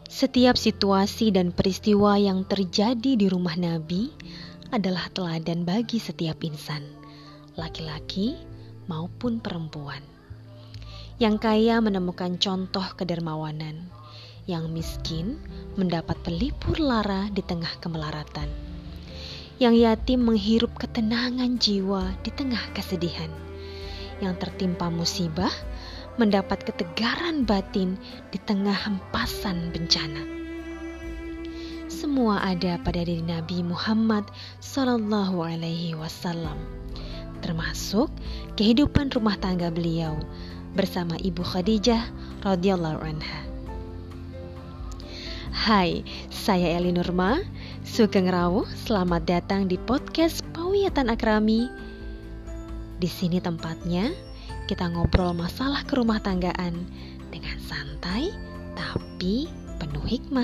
Setiap situasi dan peristiwa yang terjadi di rumah Nabi adalah teladan bagi setiap insan, laki-laki maupun perempuan. Yang kaya menemukan contoh kedermawanan, yang miskin mendapat pelipur lara di tengah kemelaratan, yang yatim menghirup ketenangan jiwa di tengah kesedihan, yang tertimpa musibah mendapat ketegaran batin di tengah hempasan bencana. Semua ada pada diri Nabi Muhammad SAW, termasuk kehidupan rumah tangga beliau bersama Ibu Khadijah radhiyallahu anha. Hai, saya Eli Nurma, Sugeng Rawuh. Selamat datang di podcast Pawiyatan Akrami. Di sini tempatnya kita ngobrol masalah kerumah tanggaan dengan santai tapi penuh hikmah.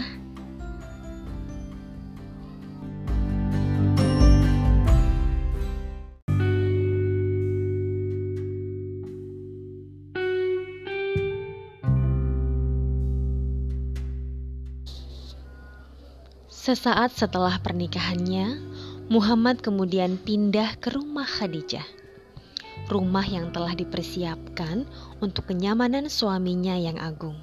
Sesaat setelah pernikahannya, Muhammad kemudian pindah ke rumah Khadijah. Rumah yang telah dipersiapkan untuk kenyamanan suaminya yang agung.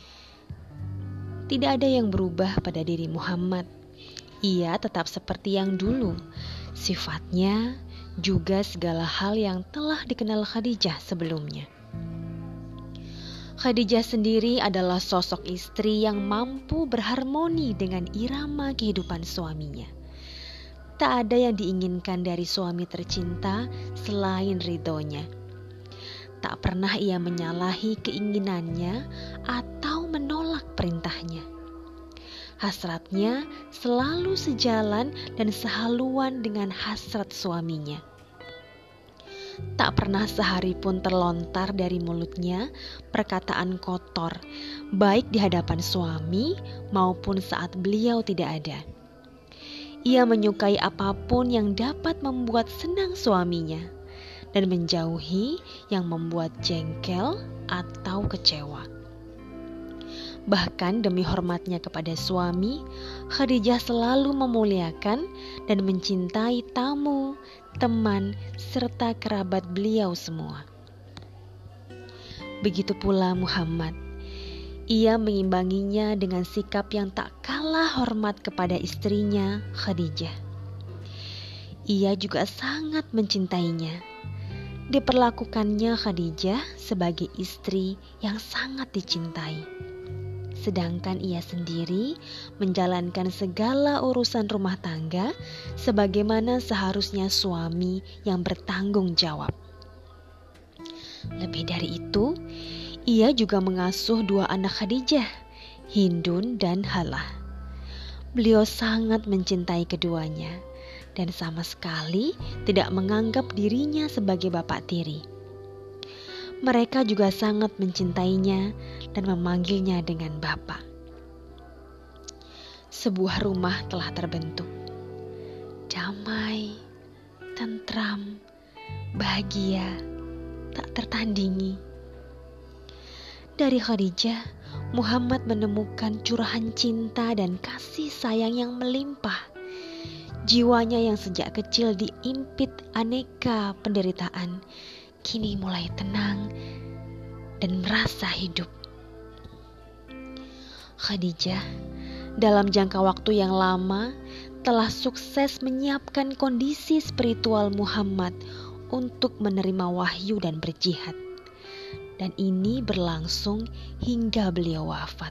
Tidak ada yang berubah pada diri Muhammad. Ia tetap seperti yang dulu. Sifatnya juga segala hal yang telah dikenal Khadijah sebelumnya. Khadijah sendiri adalah sosok istri yang mampu berharmoni dengan irama kehidupan suaminya. Tak ada yang diinginkan dari suami tercinta selain ridhonya. Tak pernah ia menyalahi keinginannya atau menolak perintahnya. Hasratnya selalu sejalan dan sehaluan dengan hasrat suaminya. Tak pernah sehari pun terlontar dari mulutnya perkataan kotor, baik di hadapan suami maupun saat beliau tidak ada. Ia menyukai apapun yang dapat membuat senang suaminya dan menjauhi yang membuat jengkel atau kecewa. Bahkan demi hormatnya kepada suami, Khadijah selalu memuliakan dan mencintai tamu, teman, serta kerabat beliau semua. Begitu pula Muhammad. Ia mengimbanginya dengan sikap yang tak kalah hormat kepada istrinya Khadijah. Ia juga sangat mencintainya. Diperlakukannya Khadijah sebagai istri yang sangat dicintai. Sedangkan ia sendiri menjalankan segala urusan rumah tangga sebagaimana seharusnya suami yang bertanggung jawab. Lebih dari itu, ia juga mengasuh dua anak Khadijah, Hindun dan Halah. Beliau sangat mencintai keduanya dan sama sekali tidak menganggap dirinya sebagai bapak tiri. Mereka juga sangat mencintainya dan memanggilnya dengan bapak. Sebuah rumah telah terbentuk. Damai, tentram, bahagia, tak tertandingi. Dari Khadijah, Muhammad menemukan curahan cinta dan kasih sayang yang melimpah. Jiwanya yang sejak kecil diimpit aneka penderitaan, kini mulai tenang dan merasa hidup. Khadijah dalam jangka waktu yang lama telah sukses menyiapkan kondisi spiritual Muhammad untuk menerima wahyu dan berjihad. Dan ini berlangsung hingga beliau wafat.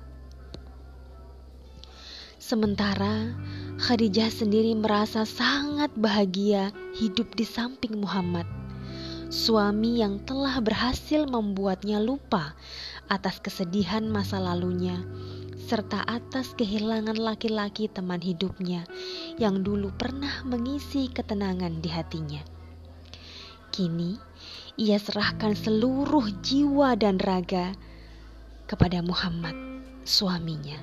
Sementara Khadijah sendiri merasa sangat bahagia hidup di samping Muhammad, suami yang telah berhasil membuatnya lupa atas kesedihan masa lalunya, serta atas kehilangan laki-laki teman hidupnya yang dulu pernah mengisi ketenangan di hatinya. Kini, ia serahkan seluruh jiwa dan raga kepada Muhammad, suaminya.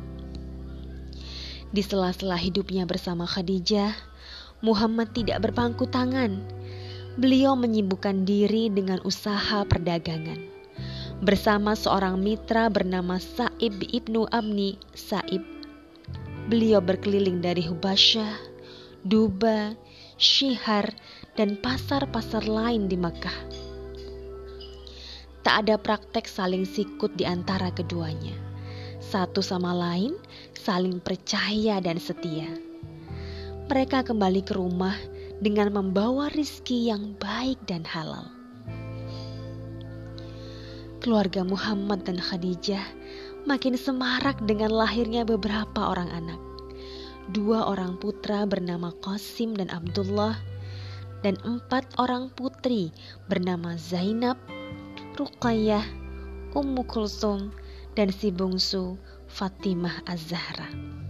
Di sela-sela hidupnya bersama Khadijah, Muhammad tidak berpangku tangan. Beliau menyibukkan diri dengan usaha perdagangan. bersama seorang mitra bernama Sa'ib ibnu Amni Sa'ib. Beliau berkeliling dari Hubasyah, Duba, Syihar, dan pasar-pasar lain di Makkah. Tak ada praktek saling sikut di antara keduanya. Satu sama lain saling percaya dan setia. Mereka kembali ke rumah dengan membawa rizki yang baik dan halal. Keluarga Muhammad dan Khadijah makin semarak dengan lahirnya beberapa orang anak. 2 orang putra bernama Qasim dan Abdullah, dan 4 orang putri bernama Zainab, Ruqayyah, Ummu Kulsum, dan si bungsu Fatimah Az-Zahra.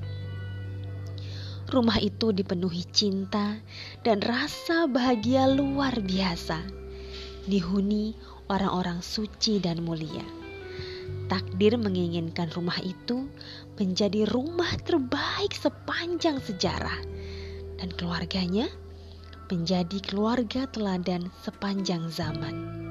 Rumah itu dipenuhi cinta dan rasa bahagia luar biasa. Dihuni orang-orang suci dan mulia. Takdir menginginkan rumah itu menjadi rumah terbaik sepanjang sejarah, dan keluarganya menjadi keluarga teladan sepanjang zaman.